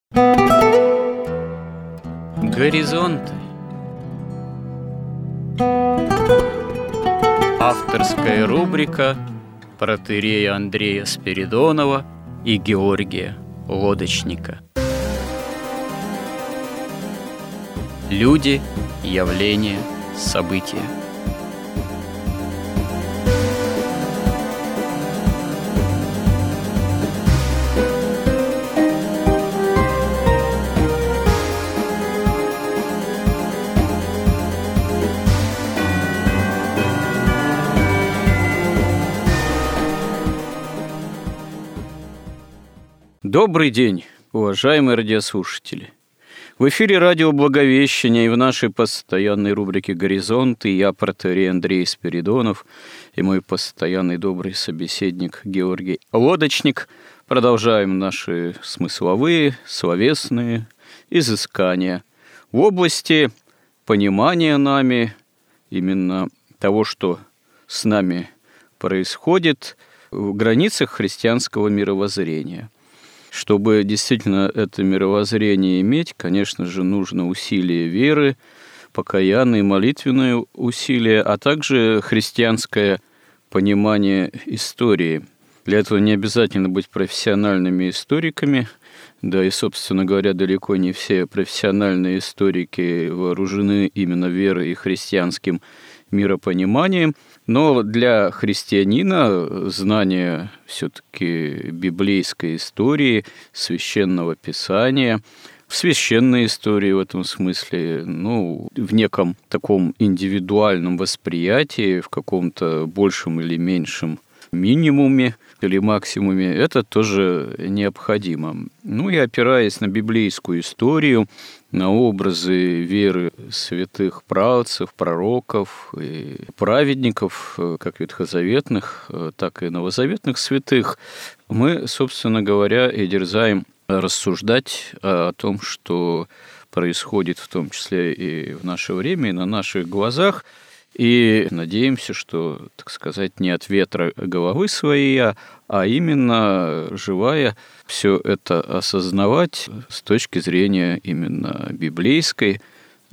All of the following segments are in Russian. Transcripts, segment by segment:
Горизонты. Авторская рубрика протоиерея Андрея Спиридонова и Георгия Лодочника. Люди, явления, события. Добрый день, уважаемые радиослушатели! В эфире радио Благовещение и в нашей постоянной рубрике «Горизонты» я, протоиерей Андрей Спиридонов, и мой постоянный добрый собеседник Георгий Лодочник продолжаем наши смысловые, словесные изыскания в области понимания нами именно того, что с нами происходит в границах христианского мировоззрения. Чтобы действительно это мировоззрение иметь, конечно же, нужно усилие веры, покаянные, молитвенные усилия, а также христианское понимание истории. Для этого не обязательно быть профессиональными историками, да и, собственно говоря, далеко не все профессиональные историки вооружены именно верой и христианским миропониманием. Но для христианина знание все-таки библейской истории, священного писания, священной истории в этом смысле, в неком таком индивидуальном восприятии, в каком-то большем или меньшем минимуме или максимуме, это тоже необходимо. И опираясь на библейскую историю, на образы веры святых праотцев, пророков и праведников, как ветхозаветных, так и новозаветных святых, мы, собственно говоря, и дерзаем рассуждать о том, что происходит в том числе и в наше время, и на наших глазах, и надеемся, что, так сказать, не от ветра головы своей, а именно желая все это осознавать с точки зрения именно библейской,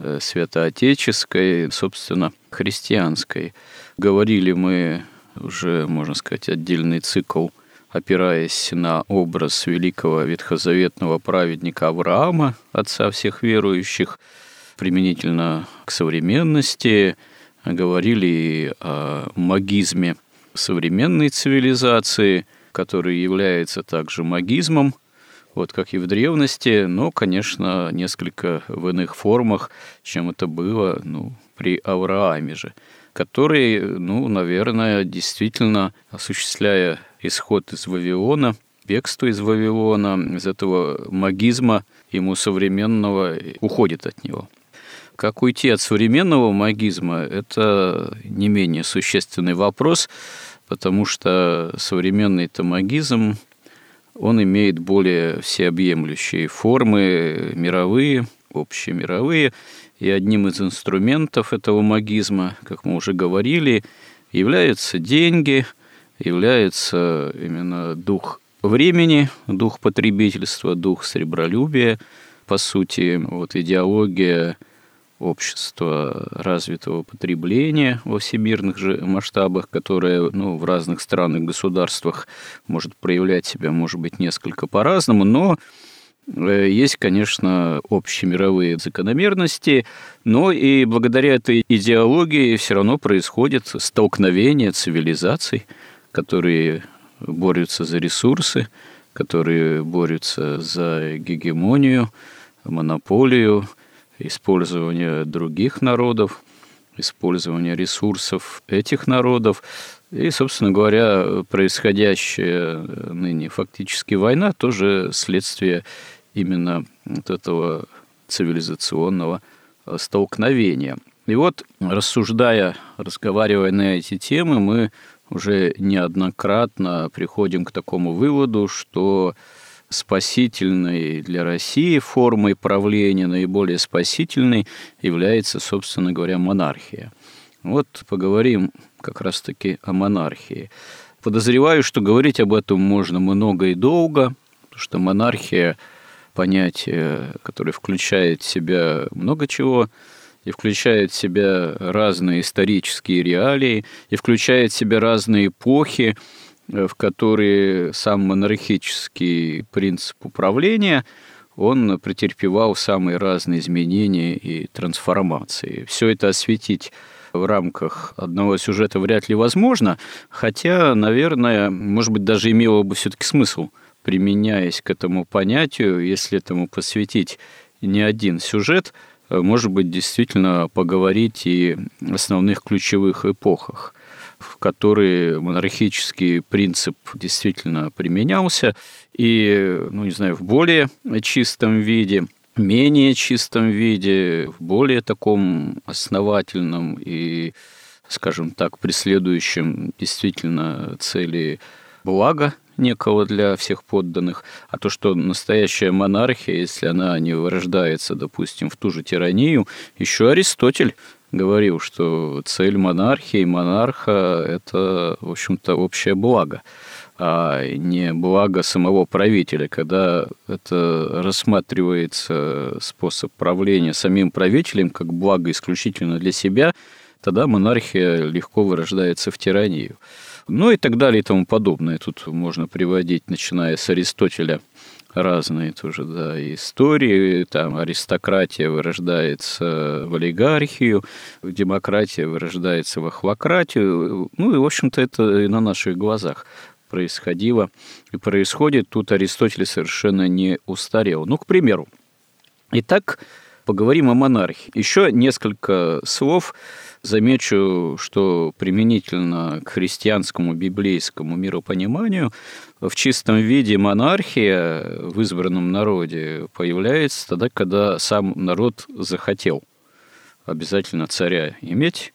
святоотеческой, собственно, христианской. Говорили мы уже, можно сказать, отдельный цикл, опираясь на образ великого ветхозаветного праведника Авраама, отца всех верующих, применительно к современности. Говорили и о магизме современной цивилизации, который является также магизмом, как и в древности, но, конечно, несколько в иных формах, чем это было при Аврааме же, который, наверное, действительно, осуществляя исход из Вавилона, бегство из Вавилона, из этого магизма ему современного уходит от него. Как уйти от современного магизма – это не менее существенный вопрос, потому что современный магизм, он имеет более всеобъемлющие формы, мировые, общемировые, и одним из инструментов этого магизма, как мы уже говорили, являются деньги, является именно дух времени, дух потребительства, дух сребролюбия, по сути, идеология общества развитого потребления во всемирных же масштабах, которое в разных странах, государствах может проявлять себя, может быть, несколько по-разному, но есть, конечно, общемировые закономерности, но и благодаря этой идеологии все равно происходит столкновение цивилизаций, которые борются за ресурсы, которые борются за гегемонию, монополию, использование других народов, использование ресурсов этих народов. И, собственно говоря, происходящая ныне фактически война тоже следствие именно этого цивилизационного столкновения. И рассуждая, разговаривая на эти темы, мы уже неоднократно приходим к такому выводу, что спасительной для России формой правления, наиболее спасительной, является, собственно говоря, монархия. Поговорим как раз-таки о монархии. Подозреваю, что говорить об этом можно много и долго, потому что монархия понятие, которое включает в себя много чего, и включает в себя разные исторические реалии, и включает в себя разные эпохи, в которые сам монархический принцип управления, он претерпевал самые разные изменения и трансформации. Все это осветить в рамках одного сюжета вряд ли возможно, хотя, наверное, может быть, даже имело бы все-таки смысл, применяясь к этому понятию, если этому посвятить не один сюжет, может быть, действительно поговорить и о основных ключевых эпохах, в которые монархический принцип действительно применялся, и, в более чистом виде, менее чистом виде, в более таком основательном и, скажем так, преследующем действительно цели блага некого для всех подданных, а то, что настоящая монархия, если она не вырождается, допустим, в ту же тиранию, еще Аристотель говорил, что цель монархии, монарха – это, в общем-то, общее благо, а не благо самого правителя. Когда это рассматривается способ правления самим правителем как благо исключительно для себя, тогда монархия легко вырождается в тиранию. И так далее и тому подобное. Тут можно приводить, начиная с Аристотеля, разные тоже, истории. Там аристократия вырождается в олигархию, демократия вырождается в охлократию. И, в общем-то, это и на наших глазах происходило и происходит. Тут Аристотель совершенно не устарел. К примеру. Итак, поговорим о монархии. Еще несколько слов. Замечу, что применительно к христианскому библейскому миропониманию в чистом виде монархия в избранном народе появляется тогда, когда сам народ захотел обязательно царя иметь.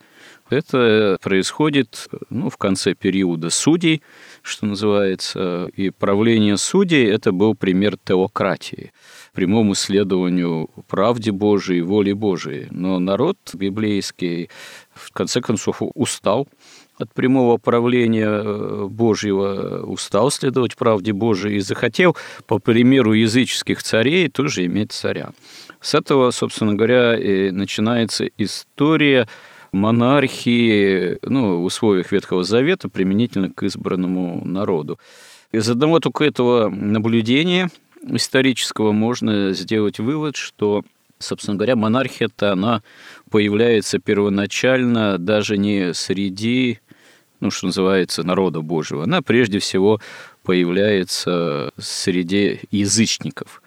Это происходит в конце периода судей, что называется, и правление судей – это был пример теократии, прямому следованию правде Божией, воле Божией. Но народ библейский, в конце концов, устал от прямого правления Божьего, устал следовать правде Божией и захотел, по примеру языческих царей, тоже иметь царя. С этого, собственно говоря, и начинается история монархии, в условиях Ветхого Завета применительно к избранному народу. Из одного только этого наблюдения исторического можно сделать вывод, что, собственно говоря, монархия-то она появляется первоначально даже не среди, что называется, народа Божьего. Она прежде всего появляется среди язычников.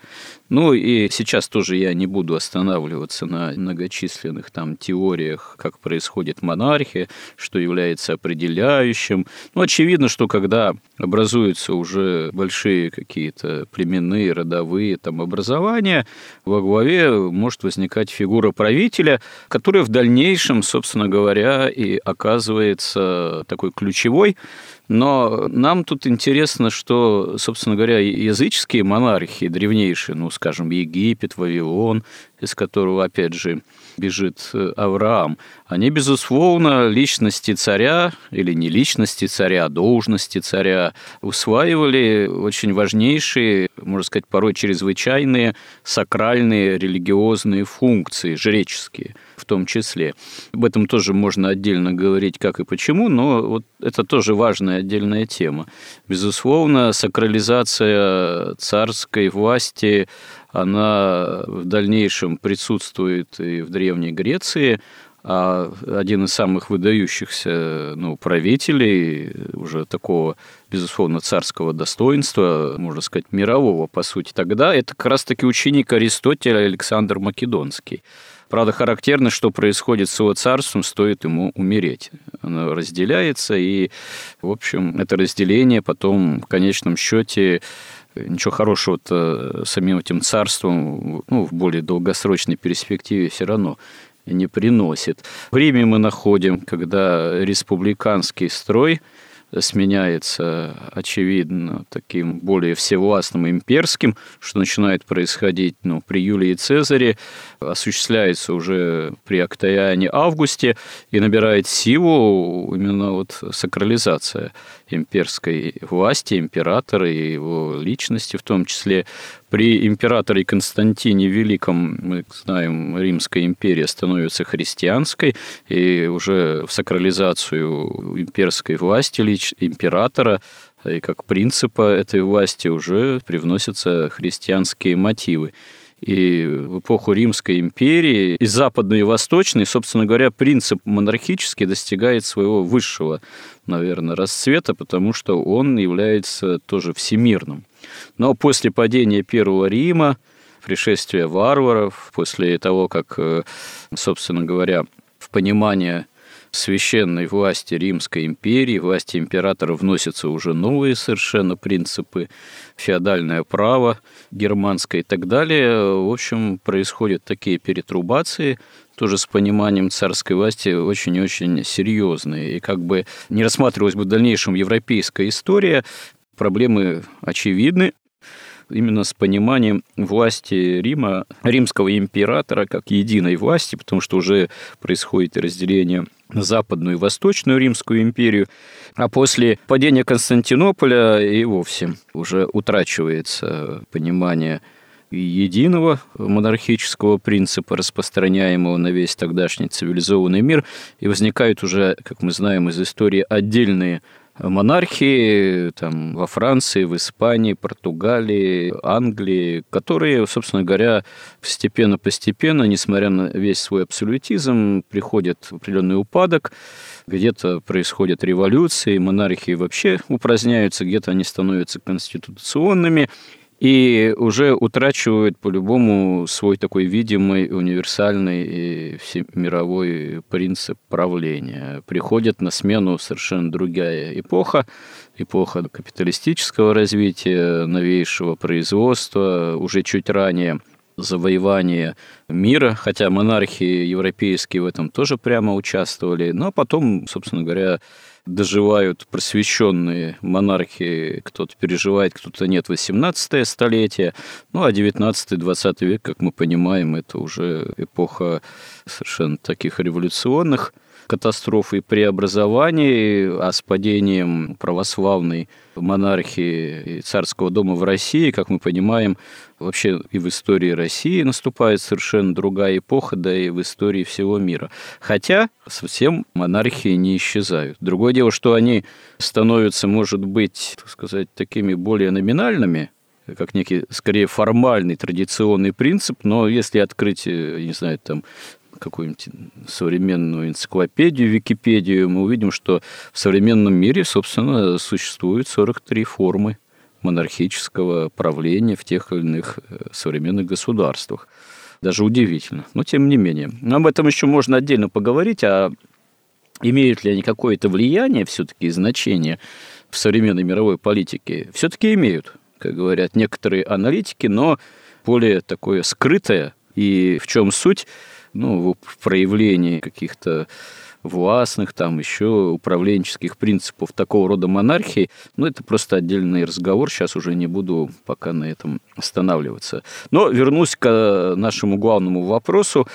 И сейчас тоже я не буду останавливаться на многочисленных теориях, как происходит монархия, что является определяющим. Очевидно, что когда образуются уже большие какие-то племенные, родовые образования, во главе может возникать фигура правителя, которая в дальнейшем, собственно говоря, и оказывается такой ключевой. Но нам тут интересно, что, собственно говоря, языческие монархии древнейшие, скажем, Египет, Вавилон, из которого, опять же, бежит Авраам, они, безусловно, личности царя, или не личности царя, а должности царя, усваивали очень важнейшие, можно сказать, порой чрезвычайные сакральные религиозные функции, жреческие в том числе. Об этом тоже можно отдельно говорить, как и почему, но это тоже важная отдельная тема. Безусловно, сакрализация царской власти, она в дальнейшем присутствует и в Древней Греции, а один из самых выдающихся правителей уже такого, безусловно, царского достоинства, можно сказать, мирового, по сути, тогда это как раз-таки ученик Аристотеля Александр Македонский. Правда, характерно, что происходит с его царством, стоит ему умереть. Оно разделяется, и, в общем, это разделение потом, в конечном счете, ничего хорошего-то самим этим царством, в более долгосрочной перспективе все равно не приносит. В Риме мы находим, когда республиканский строй сменяется, очевидно, таким более всевластным имперским, что начинает происходить при Юлии Цезаре, осуществляется уже при Октавиане Августе и набирает силу именно сакрализация имперской власти, императора и его личности, в том числе при императоре Константине Великом, мы знаем, Римская империя становится христианской, и уже в сакрализацию имперской власти императора и как принципа этой власти уже привносятся христианские мотивы. И в эпоху Римской империи и западной, и восточной, собственно говоря, принцип монархический достигает своего высшего, наверное, расцвета, потому что он является тоже всемирным. Но после падения Первого Рима, пришествия варваров, после того, как, собственно говоря, в понимание священной власти Римской империи, власти императора вносятся уже новые совершенно принципы, феодальное право германское и так далее. В общем, происходят такие перетрубации, тоже с пониманием царской власти очень-очень серьезные. И как бы не рассматривалась бы в дальнейшем европейская история, проблемы очевидны. Именно с пониманием власти Рима, римского императора как единой власти, потому что уже происходит разделение на Западную и Восточную Римскую империю, а после падения Константинополя и вовсе уже утрачивается понимание единого монархического принципа, распространяемого на весь тогдашний цивилизованный мир, и возникают уже, как мы знаем из истории, отдельные монархии там, во Франции, в Испании, Португалии, Англии, которые, собственно говоря, постепенно, несмотря на весь свой абсолютизм, приходят в определенный упадок, где-то происходят революции, монархии вообще упраздняются, где-то они становятся конституционными, и уже утрачивают по-любому свой такой видимый, универсальный и всемировой принцип правления. Приходит на смену совершенно другая эпоха капиталистического развития, новейшего производства, уже чуть ранее завоевание мира, хотя монархии европейские в этом тоже прямо участвовали, но потом, собственно говоря, доживают просвещенные монархии, кто-то переживает, кто-то нет, 18 столетие, ну а 19-20 век, как мы понимаем, это уже эпоха совершенно таких революционных катастроф и преобразований, а с падением православной монархии и царского дома в России, как мы понимаем, вообще и в истории России наступает совершенно другая эпоха, да и в истории всего мира. Хотя совсем монархии не исчезают. Другое дело, что они становятся, может быть, так сказать, такими более номинальными, как некий, скорее, формальный традиционный принцип, но если открыть, не знаю, там, какую-нибудь современную энциклопедию, Википедию, мы увидим, что в современном мире, собственно, существует 43 формы монархического правления в тех или иных современных государствах. Даже удивительно. Но тем не менее. Об этом еще можно отдельно поговорить, а имеют ли они какое-то влияние все-таки и значение в современной мировой политике? Все-таки имеют, как говорят некоторые аналитики, но более такое скрытое. И в чем суть? В проявлении каких-то властных, там еще управленческих принципов такого рода монархии, это просто отдельный разговор, сейчас уже не буду пока на этом останавливаться. Но вернусь к нашему главному вопросу,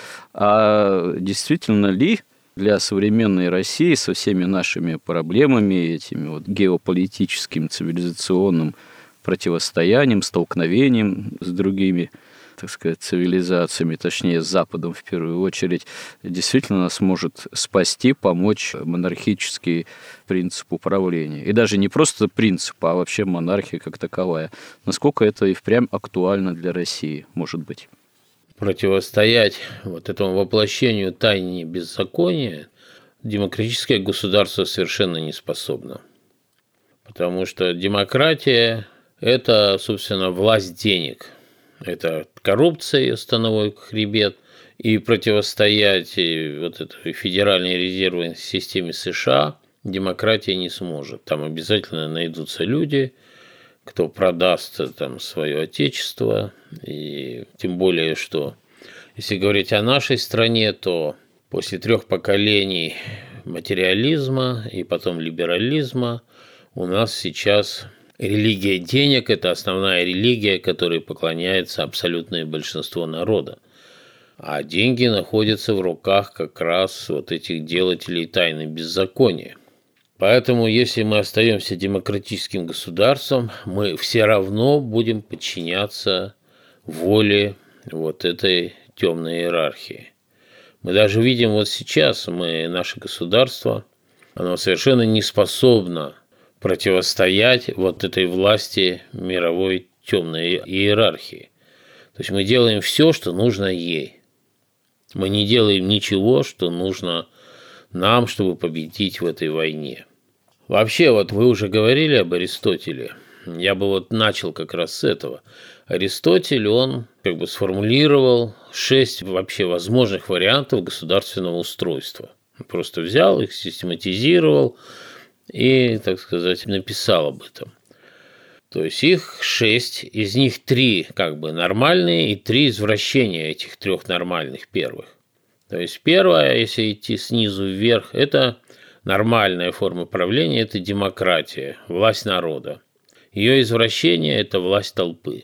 а действительно ли для современной России со всеми нашими проблемами, этими геополитическим, цивилизационным противостоянием, столкновением с другими, так сказать, цивилизациями, точнее, с Западом в первую очередь, действительно нас может спасти, помочь монархический принцип управления. И даже не просто принцип, а вообще монархия как таковая. Насколько это и впрямь актуально для России, может быть? Противостоять этому воплощению тайны беззакония демократическое государство совершенно не способно. Потому что демократия – это, собственно, власть денег. Это коррупция, становой хребет, и противостоять этой федеральной резервной системе США демократия не сможет. Там обязательно найдутся люди, кто продаст свое отечество, и тем более, что если говорить о нашей стране, то после 3 поколений материализма и потом либерализма у нас сейчас религия денег – это основная религия, которой поклоняется абсолютное большинство народа. А деньги находятся в руках как раз этих делателей тайны беззакония. Поэтому, если мы остаемся демократическим государством, мы все равно будем подчиняться воле вот этой темной иерархии. Мы даже видим вот сейчас, наше государство, оно совершенно не способно противостоять вот этой власти мировой темной иерархии. То есть мы делаем все, что нужно ей. Мы не делаем ничего, что нужно нам, чтобы победить в этой войне. Вообще, вот вы уже говорили об Аристотеле. Я бы вот начал как раз с этого. Аристотель, он как бы сформулировал 6 вообще возможных вариантов государственного устройства. Он просто взял их, систематизировал и, так сказать, написал об этом. То есть их 6, из них 3 как бы нормальные и 3 извращения этих 3 нормальных первых. То есть первое, если идти снизу вверх, это нормальная форма правления – это демократия, власть народа. Ее извращение – это власть толпы.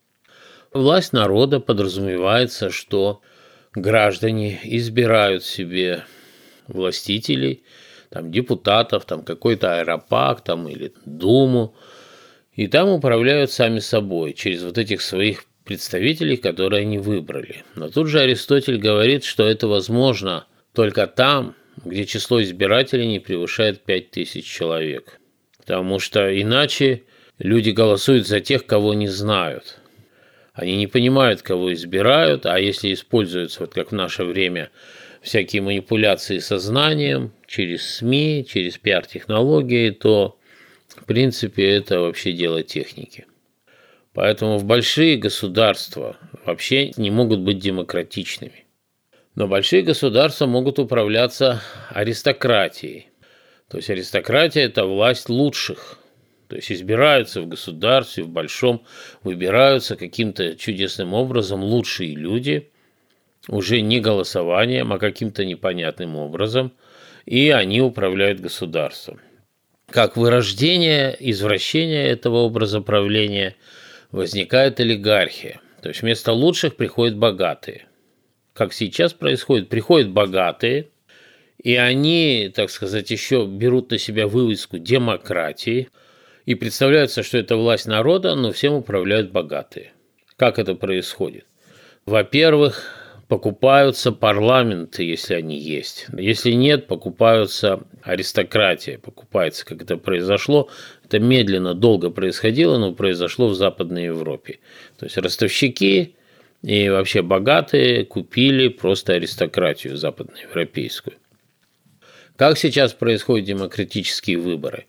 Власть народа подразумевается, что граждане избирают себе властителей, там, депутатов, там, какой-то аэропарк там, или думу, и там управляют сами собой через вот этих своих представителей, которые они выбрали. Но тут же Аристотель говорит, что это возможно только там, где число избирателей не превышает 5000 человек. Потому что иначе люди голосуют за тех, кого не знают. Они не понимают, кого избирают, а если используются, вот как в наше время, всякие манипуляции сознанием через СМИ, через пиар-технологии, то, в принципе, это вообще дело техники. Поэтому в большие государства вообще не могут быть демократичными. Но большие государства могут управляться аристократией. То есть аристократия – это власть лучших. То есть избираются в государстве, в большом, выбираются каким-то чудесным образом лучшие люди, уже не голосованием, а каким-то непонятным образом, и они управляют государством. Как вырождение, извращение этого образа правления возникает олигархия. То есть вместо лучших приходят богатые. Как сейчас происходит, приходят богатые, и они, так сказать, еще берут на себя вывеску демократии, и представляется, что это власть народа, но всем управляют богатые. Как это происходит? Во-первых, покупаются парламенты, если они есть. Если нет, покупаются аристократия, покупается, как это произошло. Это медленно, долго происходило, но произошло в Западной Европе. То есть ростовщики и вообще богатые купили просто аристократию западноевропейскую. Как сейчас происходят демократические выборы?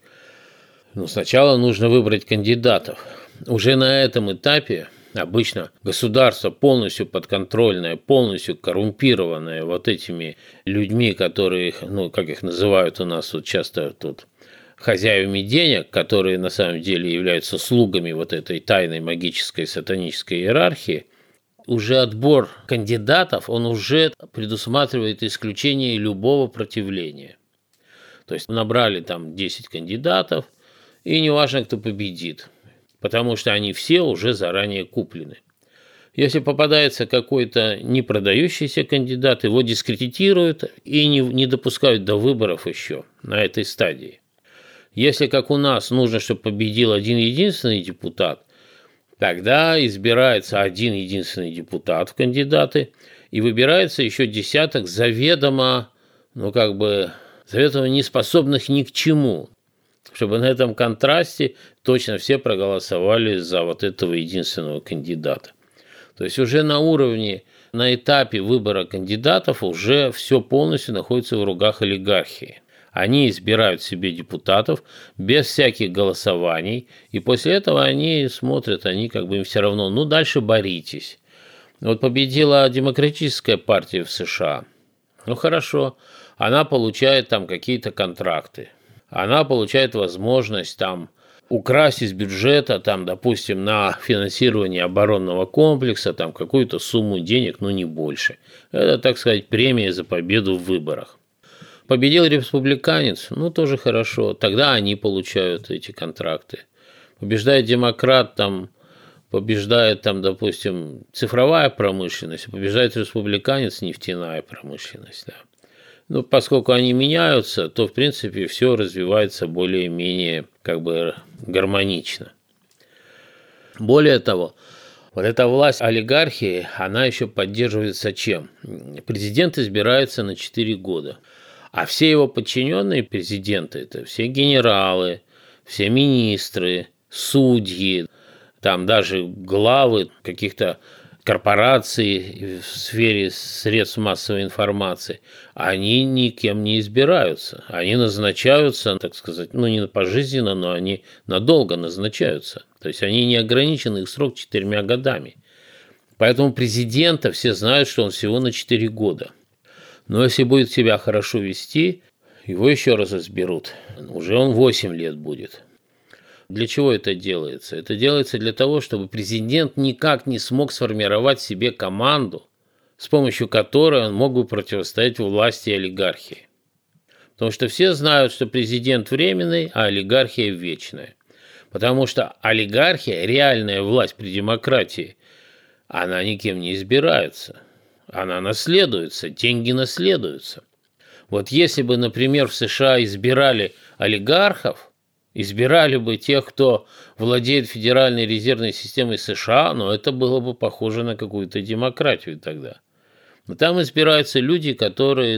Сначала нужно выбрать кандидатов. Уже на этом этапе обычно государство полностью подконтрольное, полностью коррумпированное вот этими людьми, которые, как их называют у нас вот часто тут, хозяевами денег, которые на самом деле являются слугами вот этой тайной магической сатанической иерархии, уже отбор кандидатов, он уже предусматривает исключение любого противления. То есть набрали там 10 кандидатов, и неважно, кто победит, потому что они все уже заранее куплены. Если попадается какой-то непродающийся кандидат, его дискредитируют и не допускают до выборов еще на этой стадии. Если, как у нас, нужно, чтобы победил один единственный депутат, тогда избирается один единственный депутат в кандидаты и выбирается еще десяток заведомо неспособных ни к чему, чтобы на этом контрасте точно все проголосовали за вот этого единственного кандидата. То есть уже на этапе выбора кандидатов уже все полностью находится в руках олигархии. Они избирают себе депутатов без всяких голосований, и после этого они смотрят, им все равно, дальше боритесь. Вот победила демократическая партия в США. Хорошо, она получает там какие-то контракты. Она получает возможность там украсть из бюджета, там, допустим, на финансирование оборонного комплекса там какую-то сумму денег, но не больше. Это, так сказать, премия за победу в выборах. Победил республиканец, тоже хорошо, тогда они получают эти контракты. Побеждает демократ, побеждает, допустим, цифровая промышленность, побеждает республиканец, нефтяная промышленность. Да. Но поскольку они меняются, то, в принципе, все развивается более-менее гармонично. Более того, вот эта власть олигархии, она еще поддерживается чем? Президент избирается на 4 года, а все его подчиненные президенты – это все генералы, все министры, судьи, там даже главы каких-то корпораций в сфере средств массовой информации, они никем не избираются. Они назначаются, так сказать, не пожизненно, но они надолго назначаются. То есть они не ограничены, их срок 4 годами. Поэтому президента все знают, что он всего на 4 года. Но если будет себя хорошо вести, его еще раз изберут. Уже он 8 лет будет. Для чего это делается? Это делается для того, чтобы президент никак не смог сформировать себе команду, с помощью которой он мог бы противостоять власти и олигархии. Потому что все знают, что президент временный, а олигархия вечная. Потому что олигархия, реальная власть при демократии, она никем не избирается. Она наследуется, деньги наследуются. Вот если бы, например, в США избирали олигархов, избирали бы тех, кто владеет Федеральной резервной системой США, но это было бы похоже на какую-то демократию тогда. Но там избираются люди, которые,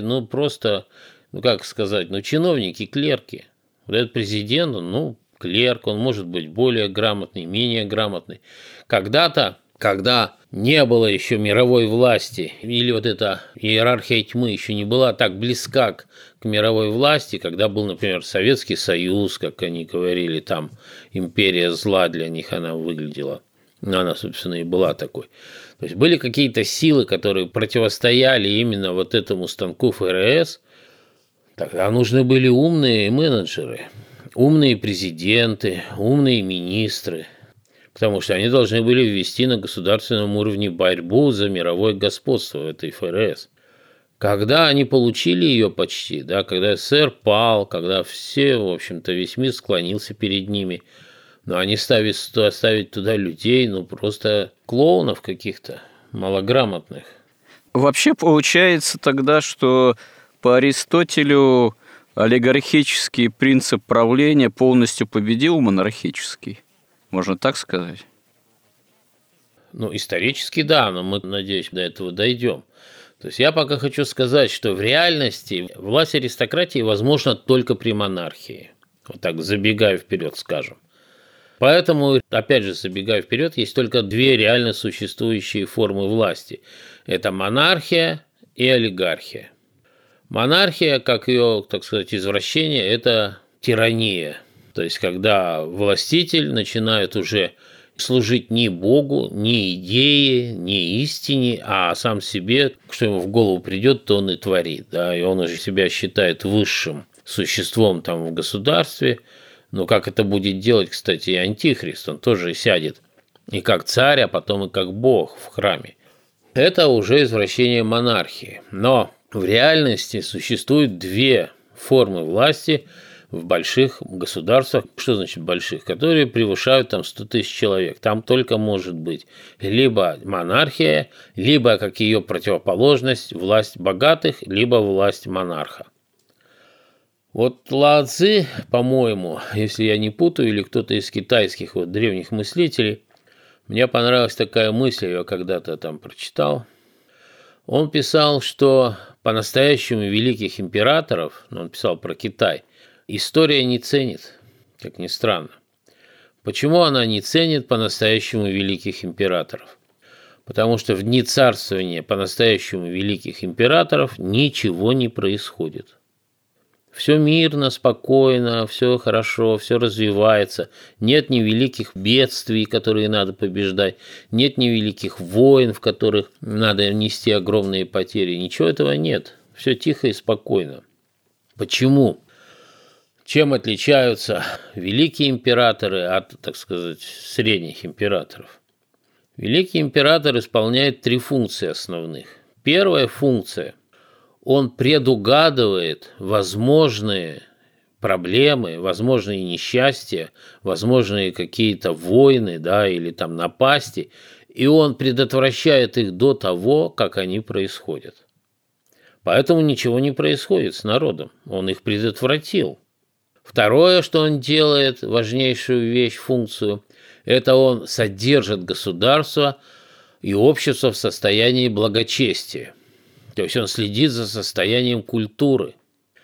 чиновники, клерки. Вот этот президент, клерк, он может быть более грамотный, менее грамотный. Когда-то, когда не было еще мировой власти, или вот эта иерархия тьмы еще не была так близка к мировой власти, когда был, например, Советский Союз, как они говорили, там империя зла для них она выглядела. Она, собственно, и была такой. То есть были какие-то силы, которые противостояли именно вот этому станку ФРС. Тогда нужны были умные менеджеры, умные президенты, умные министры. Потому что они должны были ввести на государственном уровне борьбу за мировое господство в этой ФРС. Когда они получили ее почти, когда СССР пал, когда все, в общем-то, весь мир склонился перед ними, но они ставить туда людей, просто клоунов каких-то, малограмотных. Вообще получается тогда, что по Аристотелю олигархический принцип правления полностью победил монархический. Можно так сказать? Исторически да, но мы, надеюсь, до этого дойдем. То есть я пока хочу сказать, что в реальности власть аристократии возможна только при монархии. Вот так, забегая вперед, скажем. Поэтому, опять же, забегая вперед, есть только 2 реально существующие формы власти. Это монархия и олигархия. Монархия, как ее, так сказать, извращение, это тирания. То есть, когда властитель начинает уже служить не Богу, не идее, не истине, а сам себе, что ему в голову придет, то он и творит. И он уже себя считает высшим существом там в государстве. Но как это будет делать, кстати, и Антихрист, он тоже сядет и как царь, а потом и как Бог в храме. Это уже извращение монархии. Но в реальности существует 2 формы власти в больших государствах, что значит больших, которые превышают 100 тысяч человек. Там только может быть либо монархия, либо, как ее противоположность, власть богатых, либо власть монарха. Вот Лао Цзи, по-моему, если я не путаю, или кто-то из китайских древних мыслителей, мне понравилась такая мысль, я ее когда-то там прочитал. Он писал, что по-настоящему великих императоров, он писал про Китай, история не ценит, как ни странно. Почему она не ценит по-настоящему великих императоров? Потому что в дни царствования по-настоящему великих императоров ничего не происходит. Все мирно, спокойно, все хорошо, все развивается. Нет ни великих бедствий, которые надо побеждать, нет ни великих войн, в которых надо нести огромные потери. Ничего этого нет. Все тихо и спокойно. Почему? Чем отличаются великие императоры от, так сказать, средних императоров? Великий император исполняет 3 функции основных. Первая функция – он предугадывает возможные проблемы, возможные несчастья, возможные какие-то войны, или там напасти, и он предотвращает их до того, как они происходят. Поэтому ничего не происходит с народом. Он их предотвратил. Второе, что он делает, важнейшую вещь, функцию, это он содержит государство и общество в состоянии благочестия. То есть он следит за состоянием культуры.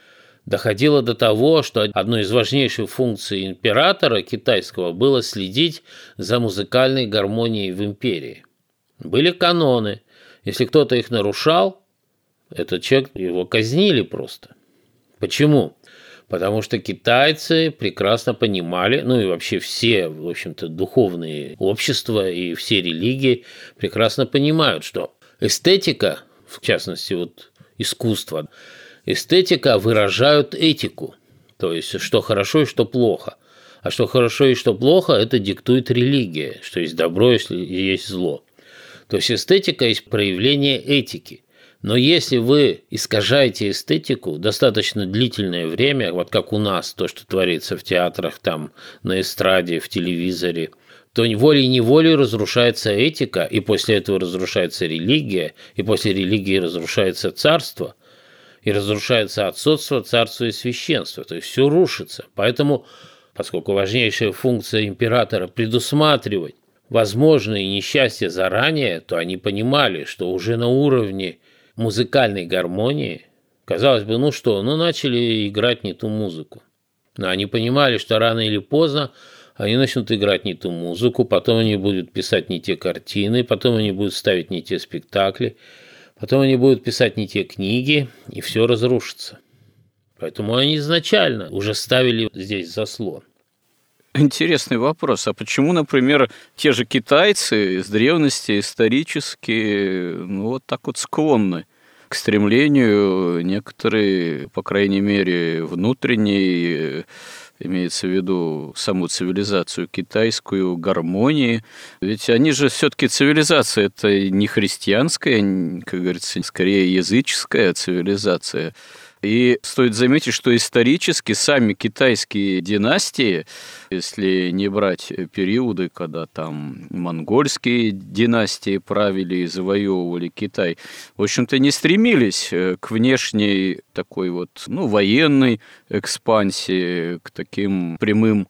Доходило до того, что одной из важнейших функций императора китайского было следить за музыкальной гармонией в империи. Были каноны. Если кто-то их нарушал, этот человек, его казнили просто. Почему? Потому что китайцы прекрасно понимали, ну и вообще все, в общем-то, духовные общества и все религии прекрасно понимают, что эстетика, в частности, вот искусство, эстетика выражают этику, то есть что хорошо и что плохо. А что хорошо и что плохо, это диктует религия, что есть добро, если есть зло. То есть эстетика есть проявление этики. Но если вы искажаете эстетику достаточно длительное время, вот как у нас, то, что творится в театрах, там, на эстраде, в телевизоре, то волей-неволей разрушается этика, и после этого разрушается религия, и после религии разрушается царство, и разрушается отцовство, царство и священство. То есть все рушится. Поэтому, поскольку важнейшая функция императора предусматривать возможные несчастья заранее, то они понимали, что уже на уровне музыкальной гармонии, казалось бы, начали играть не ту музыку. Но они понимали, что рано или поздно они начнут играть не ту музыку, потом они будут писать не те картины, потом они будут ставить не те спектакли, потом они будут писать не те книги, и все разрушится. Поэтому они изначально уже ставили здесь заслон. Интересный вопрос. А почему, например, те же китайцы с древности исторически вот так вот склонны к стремлению некоторые, по крайней мере, внутренней, имеется в виду саму цивилизацию китайскую, гармонии? Ведь они же все-таки цивилизация, это не христианская, как говорится, скорее языческая цивилизация. И стоит заметить, что исторически сами китайские династии, если не брать периоды, когда там монгольские династии правили и завоевывали Китай, в общем-то не стремились к внешней такой военной экспансии, к таким прямым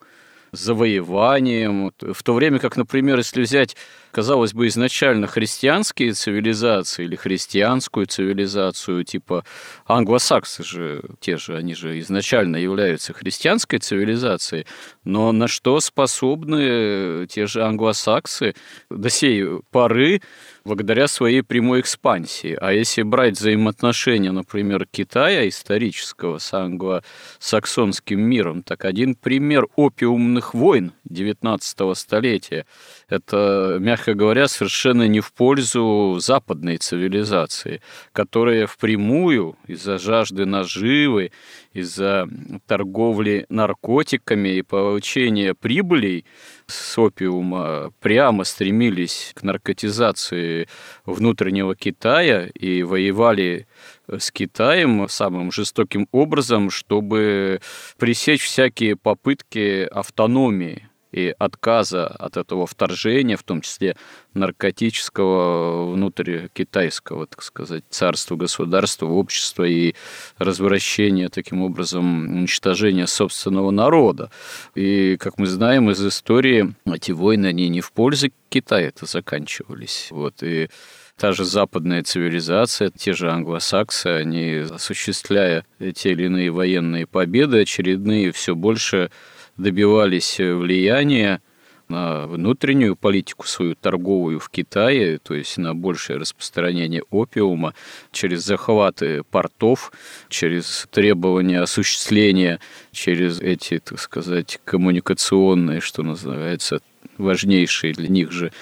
завоеванием, в то время как, например, если взять, казалось бы, изначально христианские цивилизации или христианскую цивилизацию, типа англосаксы же, они же изначально являются христианской цивилизацией, но на что способны те же англосаксы до сей поры благодаря своей прямой экспансии? А если брать взаимоотношения, например, Китая исторического с англосаксонским миром, так один пример опиумных войн XIX столетия – это, мягко говоря, совершенно не в пользу западной цивилизации, которая впрямую из-за жажды наживы, из-за торговли наркотиками и получения прибылей с опиума прямо стремились к наркотизации внутреннего Китая и воевали с Китаем самым жестоким образом, чтобы пресечь всякие попытки автономии и отказа от этого вторжения, в том числе наркотического, внутрь китайского, так сказать, царства, государства, общества и развращения, таким образом, уничтожения собственного народа. И, как мы знаем из истории, эти войны, они не в пользу Китая-то заканчивались. И та же западная цивилизация, те же англосаксы, они, осуществляя те или иные военные победы, очередные, все больше добивались влияния на внутреннюю политику свою торговую в Китае, то есть на большее распространение опиума через захваты портов, через требования осуществления, через эти, так сказать, коммуникационные, что называется, важнейшие для них же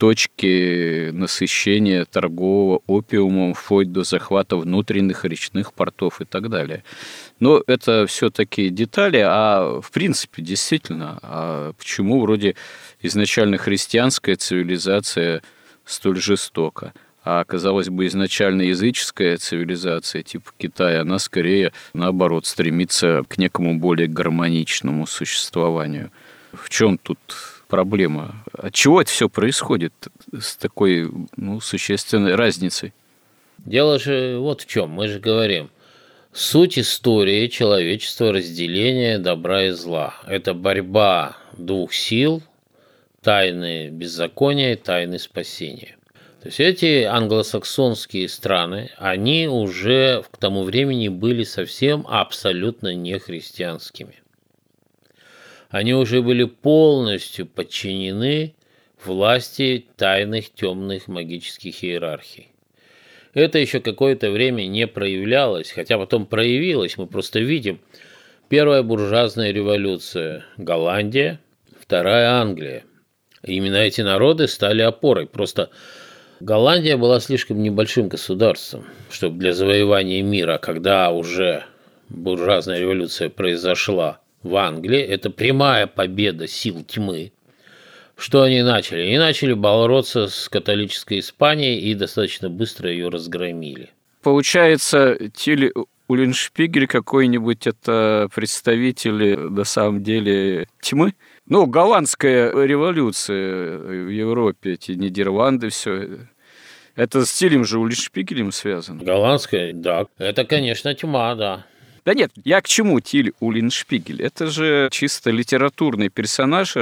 точки насыщения торгового опиумом вплоть до захвата внутренних речных портов и так далее. Но это все-таки детали, а в принципе действительно, а почему вроде изначально христианская цивилизация столь жестока? А, казалось бы, изначально языческая цивилизация типа Китая, она скорее, наоборот, стремится к некому более гармоничному существованию. В чем тут проблема? От чего это все происходит с такой существенной разницей? Дело же вот в чем. Мы же говорим, суть истории человечества – разделение добра и зла. Это борьба двух сил, тайны беззакония и тайны спасения. То есть эти англосаксонские страны, они уже к тому времени были совсем абсолютно не христианскими. Они уже были полностью подчинены власти тайных темных магических иерархий. Это еще какое-то время не проявлялось, хотя потом проявилось, мы просто видим. Первая буржуазная революция – Голландия, вторая – Англия. И именно эти народы стали опорой. Просто Голландия была слишком небольшим государством, чтобы для завоевания мира, когда уже буржуазная революция произошла в Англии, это прямая победа сил тьмы. Что они начали? Они начали бороться с католической Испанией и достаточно быстро ее разгромили. Получается, Тиль Уллиншпигель какой-нибудь это представитель на самом деле тьмы? Ну, голландская революция в Европе, эти Нидерланды, все это с Тилем же Уллиншпигелем связано. Голландская, да. Это, конечно, тьма, да. Да нет, я к чему Тиль Уллиншпигель? Это же чисто литературный персонаж,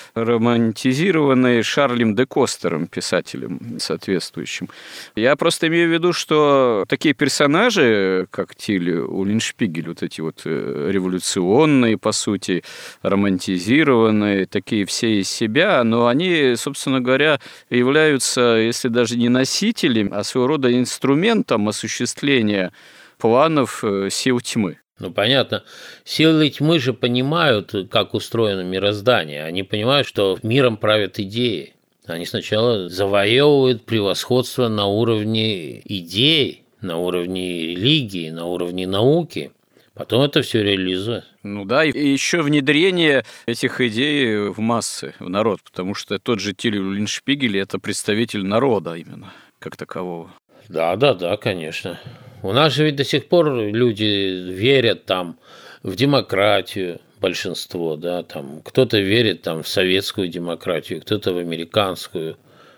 романтизированный Шарлем де Костером, писателем соответствующим. Я просто имею в виду, что такие персонажи, как Тиль Уллиншпигель, вот эти вот революционные, по сути, романтизированные, такие все из себя, но они, собственно говоря, являются, если даже не носителем, а своего рода инструментом осуществления планов сил тьмы. Ну, понятно. Силы тьмы же понимают, как устроено мироздание. Они понимают, что миром правят идеи. Они сначала завоевывают превосходство на уровне идей, на уровне религии, на уровне науки. Потом это все реализует. Ну да, и еще внедрение этих идей в массы, в народ, потому что тот же Тиль Уллиншпигель – это представитель народа именно, как такового. Да, конечно. У нас же ведь до сих пор люди верят там в демократию, большинство, да, там кто-то верит там в советскую демократию, кто-то в американскую.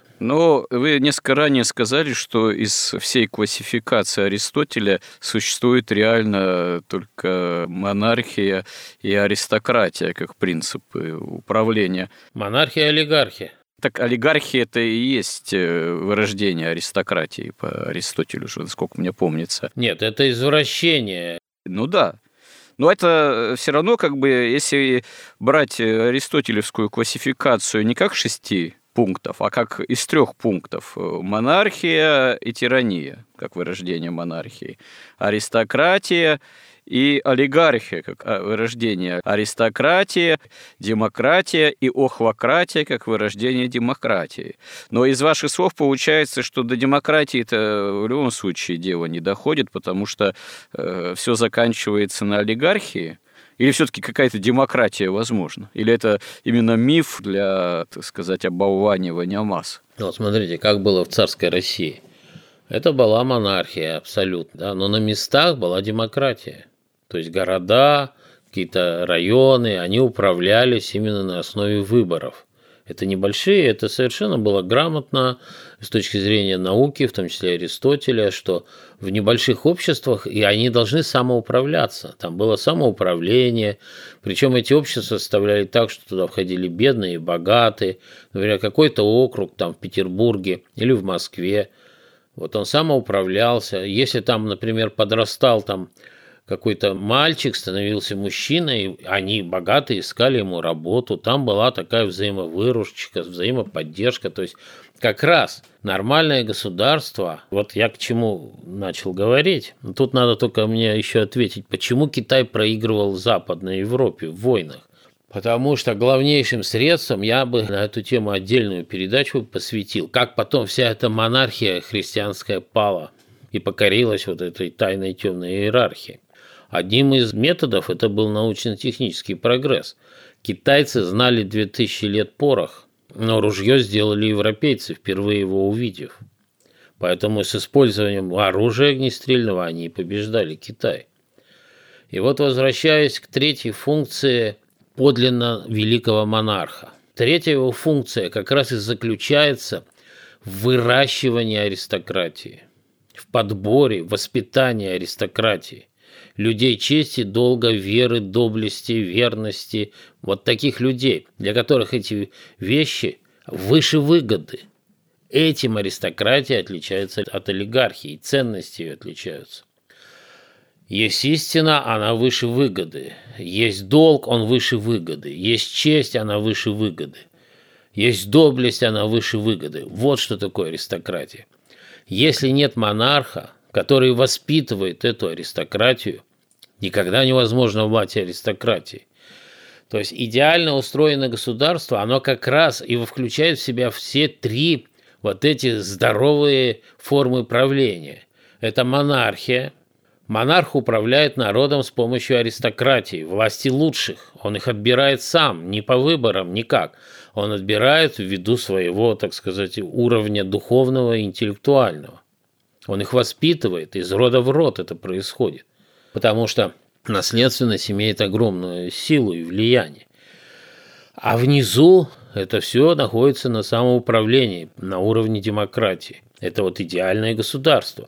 Но вы несколько ранее сказали, что из всей классификации Аристотеля существует реально только монархия и аристократия как принципы управления. Монархия и олигархия. Так олигархия – это и есть вырождение аристократии по Аристотелю, насколько мне помнится. Нет, это извращение. Ну да. Но это все равно, как бы, если брать аристотелевскую классификацию не как 6 пунктов, а как из 3 пунктов. Монархия и тирания, как вырождение монархии. Аристократия и олигархия, как вырождение аристократии, демократия и охлократия, как вырождение демократии. Но из ваших слов получается, что до демократии-то в любом случае дело не доходит, потому что все заканчивается на олигархии. Или все-таки какая-то демократия возможна? Или это именно миф для, так сказать, оболванивания масс? Вот смотрите, как было в царской России. Это была монархия абсолютно, да? Но на местах была демократия. То есть города, какие-то районы, они управлялись именно на основе выборов. Это небольшие, это совершенно было грамотно с точки зрения науки, в том числе Аристотеля, что в небольших обществах и они должны самоуправляться. Там было самоуправление, причем эти общества составляли так, что туда входили бедные и богатые. Например, какой-то округ там в Петербурге или в Москве, вот он самоуправлялся. Если там, например, подрастал там какой-то мальчик, становился мужчиной, они богатые искали ему работу, там была такая взаимовыручка, взаимоподдержка, то есть как раз нормальное государство, вот я к чему начал говорить, тут надо только мне еще ответить, почему Китай проигрывал Западной Европе в войнах. Потому что главнейшим средством я бы на эту тему отдельную передачу посвятил, как потом вся эта монархия христианская пала и покорилась вот этой тайной темной иерархии. Одним из методов это был научно-технический прогресс. Китайцы знали 2000 лет порох, но ружье сделали европейцы, впервые его увидев. Поэтому с использованием оружия огнестрельного они побеждали Китай. И вот возвращаясь к третьей функции подлинно великого монарха. Третья его функция как раз и заключается в выращивании аристократии. в подборе, воспитании аристократии. Людей чести, долга, веры, доблести, верности. Вот таких людей, для которых эти вещи выше выгоды. Этим аристократия отличается от олигархии, ценности ее отличаются. Есть истина, она выше выгоды. Есть долг, он выше выгоды. Есть честь, она выше выгоды. Есть доблесть, она выше выгоды. Вот что такое аристократия. Если нет монарха, который воспитывает эту аристократию, никогда невозможно быть аристократией. То есть идеально устроенное государство, оно как раз и включает в себя все три вот эти здоровые формы правления. Это монархия. Монарх управляет народом с помощью аристократии, власти лучших. Он их отбирает сам, не по выборам, никак. Он отбирает ввиду своего, так сказать, уровня духовного и интеллектуального. Он их воспитывает, из рода в род это происходит. Потому что наследственность имеет огромную силу и влияние. А внизу это все находится на самоуправлении, на уровне демократии. Это вот идеальное государство.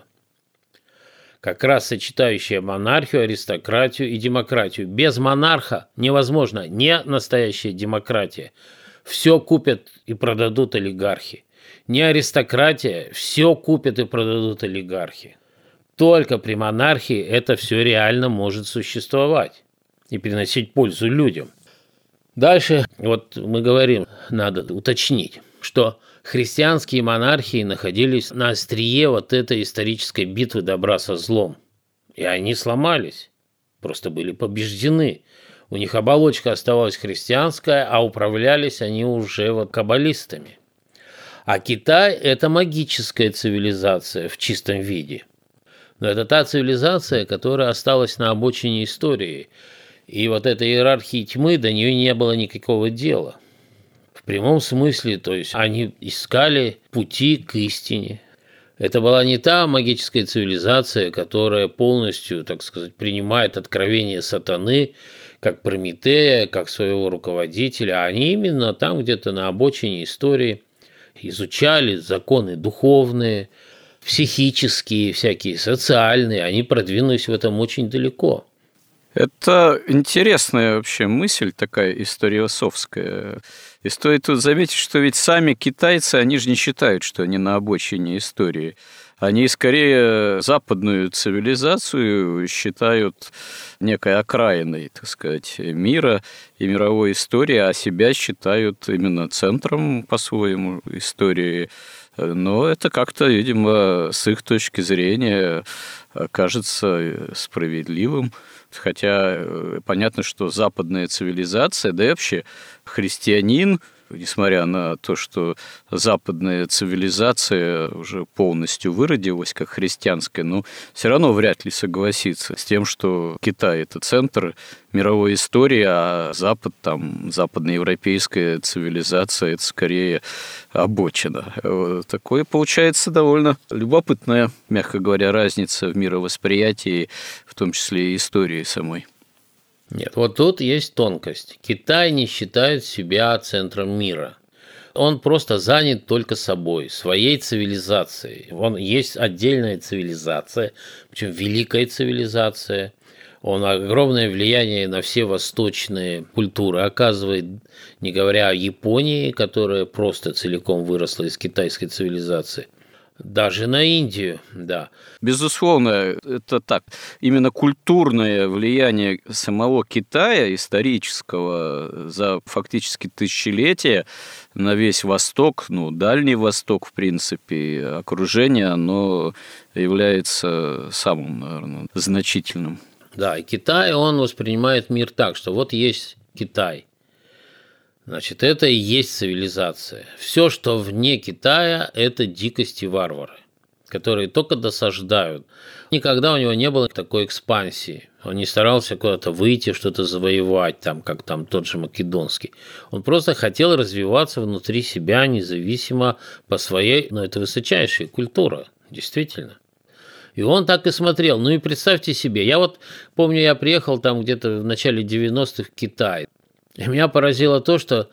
Как раз сочетающее монархию, аристократию и демократию. Без монарха невозможно не настоящая демократия. Все купят и продадут олигархи. Не аристократия, все купят и продадут олигархи. Только при монархии это все реально может существовать и приносить пользу людям. Дальше, вот мы говорим, надо уточнить, что христианские монархии находились на острие вот этой исторической битвы добра со злом. И они сломались, просто были побеждены. У них оболочка оставалась христианская, а управлялись они уже вот каббалистами. А Китай – это магическая цивилизация в чистом виде. Но это та цивилизация, которая осталась на обочине истории. И вот этой иерархии тьмы до нее не было никакого дела. В прямом смысле, то есть они искали пути к истине. Это была не та магическая цивилизация, которая полностью, так сказать, принимает откровение сатаны, как Прометея, как своего руководителя. Они именно там где-то на обочине истории изучали законы духовные, психические, всякие социальные. Они продвинулись в этом очень далеко. Это интересная вообще мысль такая историософская. И стоит тут заметить, что ведь сами китайцы, они же не считают, что они на обочине истории. Они скорее западную цивилизацию считают некой окраиной, так сказать, мира и мировой истории, а себя считают именно центром по-своему истории. Но это как-то, видимо, с их точки зрения кажется справедливым. Хотя понятно, что западная цивилизация, да и вообще христианин, несмотря на то, что западная цивилизация уже полностью выродилась как христианская, но все равно вряд ли согласится с тем, что Китай – это центр мировой истории, а Запад, там, западноевропейская цивилизация – это скорее обочина. Такое получается довольно любопытная, мягко говоря, разница в мировосприятии, в том числе и истории самой. Нет, вот тут есть тонкость. Китай не считает себя центром мира. Он просто занят только собой, своей цивилизацией. Он есть отдельная цивилизация, причем великая цивилизация. Он огромное влияние на все восточные культуры оказывает, не говоря о Японии, которая просто целиком выросла из китайской цивилизации. Даже на Индию, да. Безусловно, это так. Именно культурное влияние самого Китая, исторического, за фактически тысячелетия на весь Восток, Дальний Восток, в принципе, окружение, оно является самым, наверное, значительным. Да, и Китай, он воспринимает мир так, что вот есть Китай. Значит, это и есть цивилизация. Все, что вне Китая, это дикость и варвары, которые только досаждают. Никогда у него не было такой экспансии. Он не старался куда-то выйти, что-то завоевать, как тот же Македонский. Он просто хотел развиваться внутри себя, независимо по своей, это высочайшая культура, действительно. И он так и смотрел. И представьте себе, я помню, я приехал там где-то в начале 90-х в Китай. И меня поразило то, что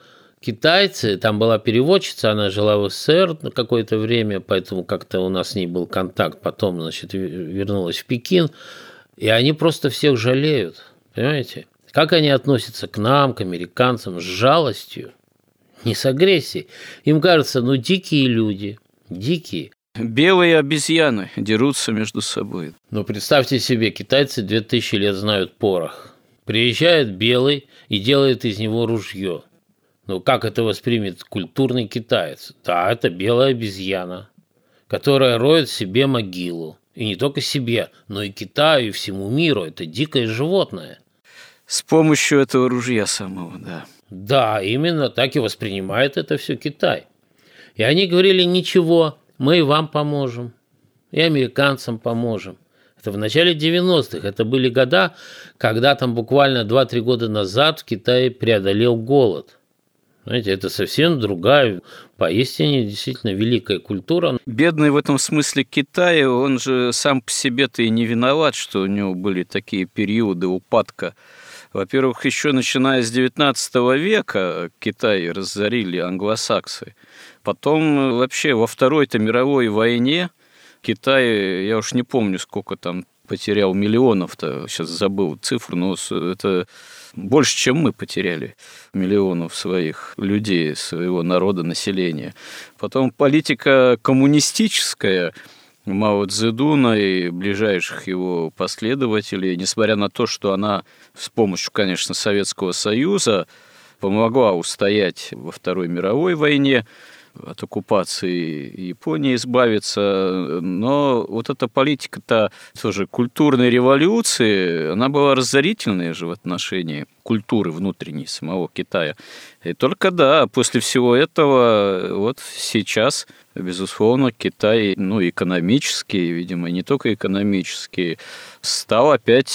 китайцы, там была переводчица, она жила в СССР на какое-то время, поэтому как-то у нас с ней был контакт, потом, значит, вернулась в Пекин, и они просто всех жалеют, понимаете? Как они относятся к нам, к американцам, с жалостью, не с агрессией. Им кажется, дикие люди, дикие. Белые обезьяны дерутся между собой. Но представьте себе, китайцы 2000 лет знают порох. Приезжает белый и делает из него ружье. Ну, как это воспримет культурный китаец? Да, это белая обезьяна, которая роет себе могилу. И не только себе, но и Китаю, и всему миру. Это дикое животное. С помощью этого ружья самого, да. Да, именно так и воспринимает это все Китай. И они говорили, ничего, мы и вам поможем, и американцам поможем. Это в начале 90-х. Это были года, когда там буквально 2-3 года назад в Китае преодолел голод. Знаете, это совсем другая, поистине действительно великая культура. Бедный в этом смысле Китай, он же сам по себе-то и не виноват, что у него были такие периоды упадка. Во-первых, еще начиная с XIX века Китай разорили англосаксы. Потом вообще во Второй-то мировой войне Китай, я уж не помню, сколько там потерял миллионов-то, сейчас забыл цифру, но это больше, чем мы потеряли миллионов своих людей, своего народа, населения. Потом политика коммунистическая Мао Цзэдуна и ближайших его последователей, несмотря на то, что она с помощью, конечно, Советского Союза помогла устоять во Второй мировой войне, от оккупации Японии избавиться, но вот эта политика-то тоже культурной революции, она была разорительная же в отношении культуры внутренней самого Китая. И только, да, после всего этого вот сейчас, безусловно, Китай, экономически, видимо, не только экономически, стал опять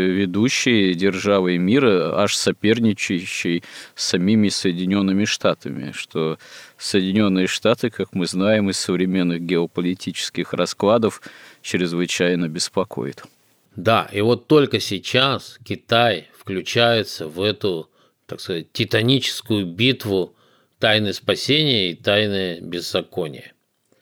ведущей державой мира, аж соперничающей с самими Соединенными Штатами, что Соединенные Штаты, как мы знаем из современных геополитических раскладов, чрезвычайно беспокоит. Да, и вот только сейчас Китай включается в эту, так сказать, титаническую битву тайны спасения и тайны беззакония.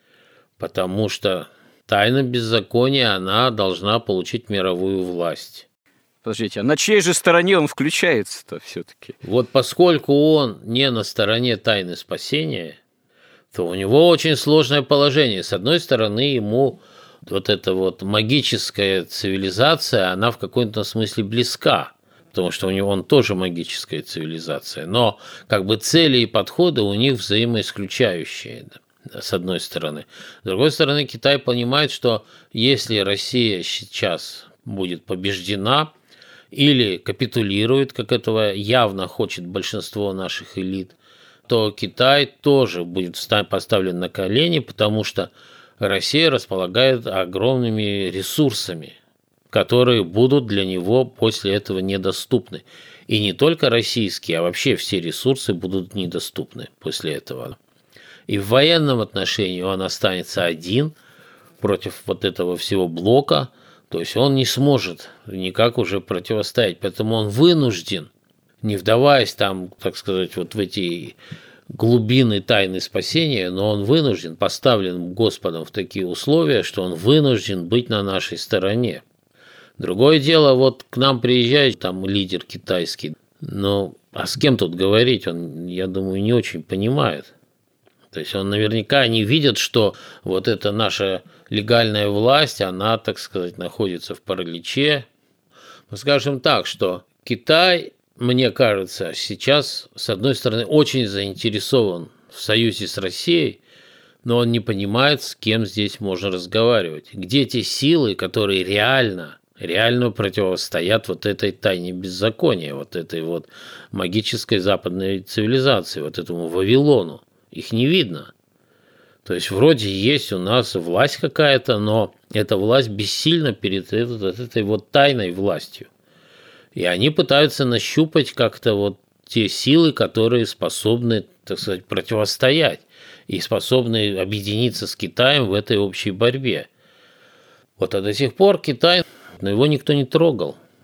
Потому что тайна беззакония, она должна получить мировую власть. Подождите, а на чьей же стороне он включается-то все-таки? Вот поскольку он не на стороне тайны спасения, то у него очень сложное положение. С одной стороны, ему вот эта вот магическая цивилизация, она в каком-то смысле близка, потому что у него он тоже магическая цивилизация. Но как бы цели и подходы у них взаимоисключающие, с одной стороны. С другой стороны, Китай понимает, что если Россия сейчас будет побеждена или капитулирует, как этого явно хочет большинство наших элит, то Китай тоже будет поставлен на колени, потому что Россия располагает огромными ресурсами, которые будут для него после этого недоступны. И не только российские, а вообще все ресурсы будут недоступны после этого. И в военном отношении он останется один против вот этого всего блока, то есть он не сможет никак уже противостоять, поэтому он вынужден, не вдаваясь там, так сказать, вот в эти глубины тайны спасения, но он вынужден, поставлен Господом в такие условия, что он вынужден быть на нашей стороне. Другое дело, вот к нам приезжает там лидер китайский, но а с кем тут говорить, он, я думаю, не очень понимает. То есть он наверняка не видит, что вот эта наша легальная власть, она, так сказать, находится в параличе. Мы скажем так, что Китай, мне кажется, сейчас, с одной стороны, очень заинтересован в союзе с Россией, но он не понимает, с кем здесь можно разговаривать. Где те силы, которые реально противостоят вот этой тайне беззакония, вот этой вот магической западной цивилизации, вот этому Вавилону. Их не видно. То есть вроде есть у нас власть какая-то, но эта власть бессильна перед этой вот тайной властью. И они пытаются нащупать как-то вот те силы, которые способны, так сказать, противостоять и способны объединиться с Китаем в этой общей борьбе. Вот а до сих пор Китай, но его никто не трогал.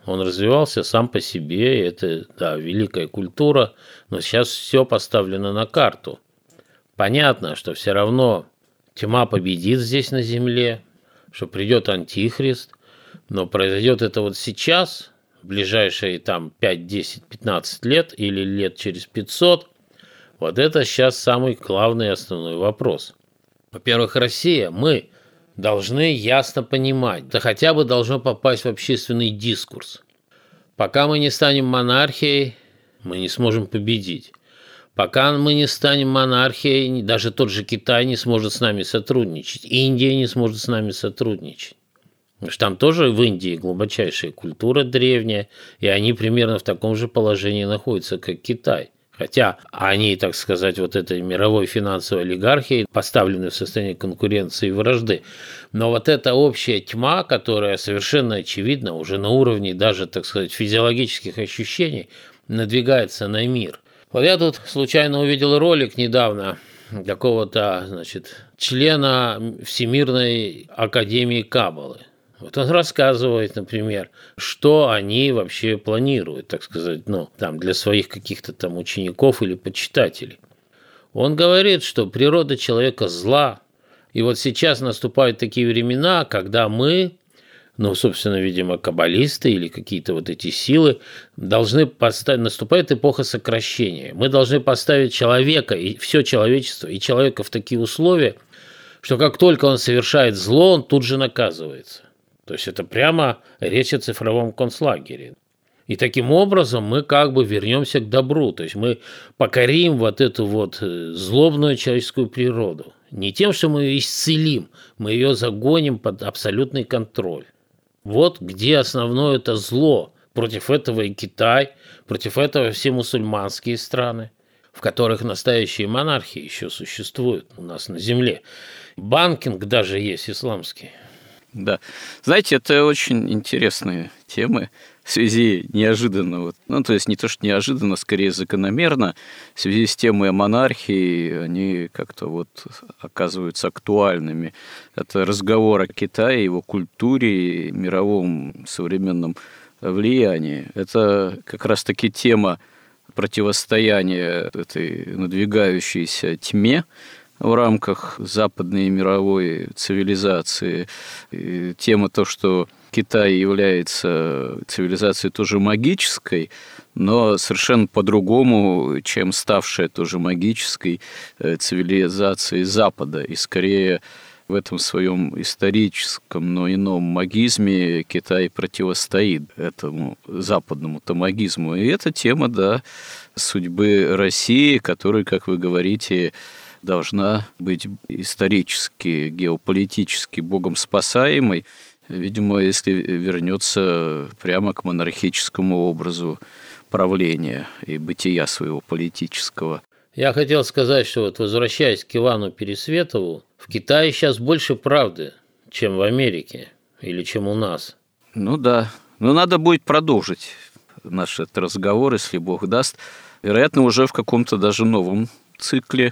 Он развивался сам по себе, это, да, великая культура, но сейчас все поставлено на карту. Понятно, что все равно тьма победит здесь на земле, что придет антихрист, но произойдет это вот сейчас, в ближайшие там 5, 10, 15 лет или лет через 500, вот это сейчас самый главный и основной вопрос. Во-первых, Россия, мы должны ясно понимать, да хотя бы должно попасть в общественный дискурс. Пока мы не станем монархией, мы не сможем победить. Пока мы не станем монархией, даже тот же Китай не сможет с нами сотрудничать, Индия не сможет с нами сотрудничать. Потому что там тоже в Индии глубочайшая культура древняя, и они примерно в таком же положении находятся, как Китай. Хотя они, так сказать, вот этой мировой финансовой олигархией поставлены в состояние конкуренции и вражды. Но вот эта общая тьма, которая совершенно очевидно уже на уровне даже, так сказать, физиологических ощущений надвигается на мир. Вот я тут случайно увидел ролик недавно какого-то, значит, члена Всемирной академии Каббалы. Вот он рассказывает, например, что они вообще планируют, так сказать, там для своих каких-то там учеников или почитателей. Он говорит, что природа человека зла, и вот сейчас наступают такие времена, когда мы, собственно, видимо, каббалисты или какие-то вот эти силы должны поставить, наступает эпоха сокращения. Мы должны поставить человека и все человечество, и человека в такие условия, что как только он совершает зло, он тут же наказывается. То есть это прямо речь о цифровом концлагере. И таким образом мы как бы вернемся к добру. То есть мы покорим вот эту вот злобную человеческую природу. Не тем, что мы ее исцелим, мы ее загоним под абсолютный контроль. Вот где основное это зло. Против этого и Китай, против этого все мусульманские страны, в которых настоящие монархии еще существуют у нас на земле. Банкинг даже есть исламский. Да. Знаете, это очень интересные темы в связи неожиданно, то есть не то, что неожиданно, скорее закономерно, в связи с темой о монархии, они как-то оказываются актуальными. Это разговор о Китае, его культуре, мировом современном влиянии. Это как раз-таки тема противостояния этой надвигающейся тьме в рамках западной мировой цивилизации. И тема то, что Китай является цивилизацией тоже магической, но совершенно по-другому, чем ставшая тоже магической цивилизацией Запада. И скорее в этом своем историческом, но ином магизме Китай противостоит этому западному магизму. И это тема, да, судьбы России, которая, как вы говорите, должна быть исторически, геополитически Богом спасаемой, видимо, если вернется прямо к монархическому образу правления и бытия своего политического. Я хотел сказать, что возвращаясь к Ивану Пересветову, в Китае сейчас больше правды, чем в Америке или чем у нас. Да. Но надо будет продолжить наш этот разговор, если Бог даст. Вероятно, уже в каком-то даже новом цикле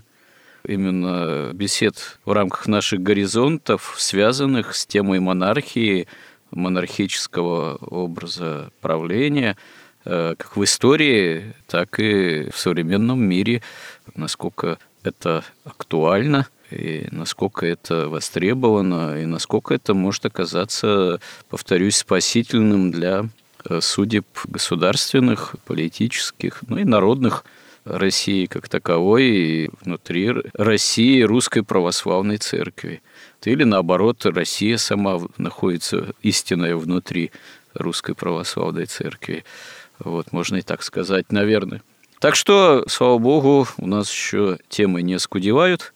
именно бесед в рамках наших горизонтов, связанных с темой монархии, монархического образа правления, как в истории, так и в современном мире, насколько это актуально, и насколько это востребовано, и насколько это может оказаться, повторюсь, спасительным для судеб государственных, политических, и народных России как таковой, и внутри России Русской Православной Церкви. Или наоборот, Россия сама находится истинная внутри Русской Православной Церкви. Можно и так сказать, наверное. Так что, слава Богу, у нас еще темы не оскудевают,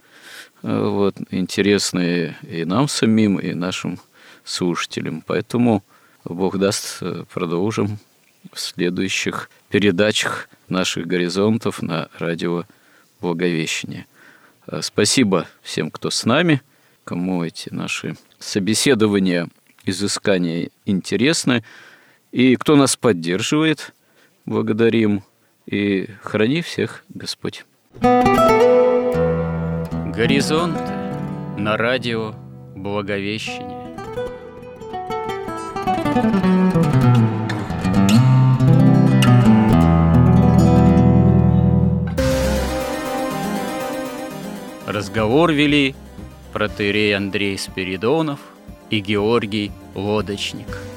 интересные и нам самим, и нашим слушателям. Поэтому, Бог даст, продолжим в следующих передачах наших горизонтов на радио Благовещение. Спасибо всем, кто с нами, кому эти наши собеседования, изыскания интересны, и кто нас поддерживает, благодарим, и храни всех Господь. Горизонты на радио Благовещение. Разговор вели протоиерей Андрей Спиридонов и Георгий Лодочник.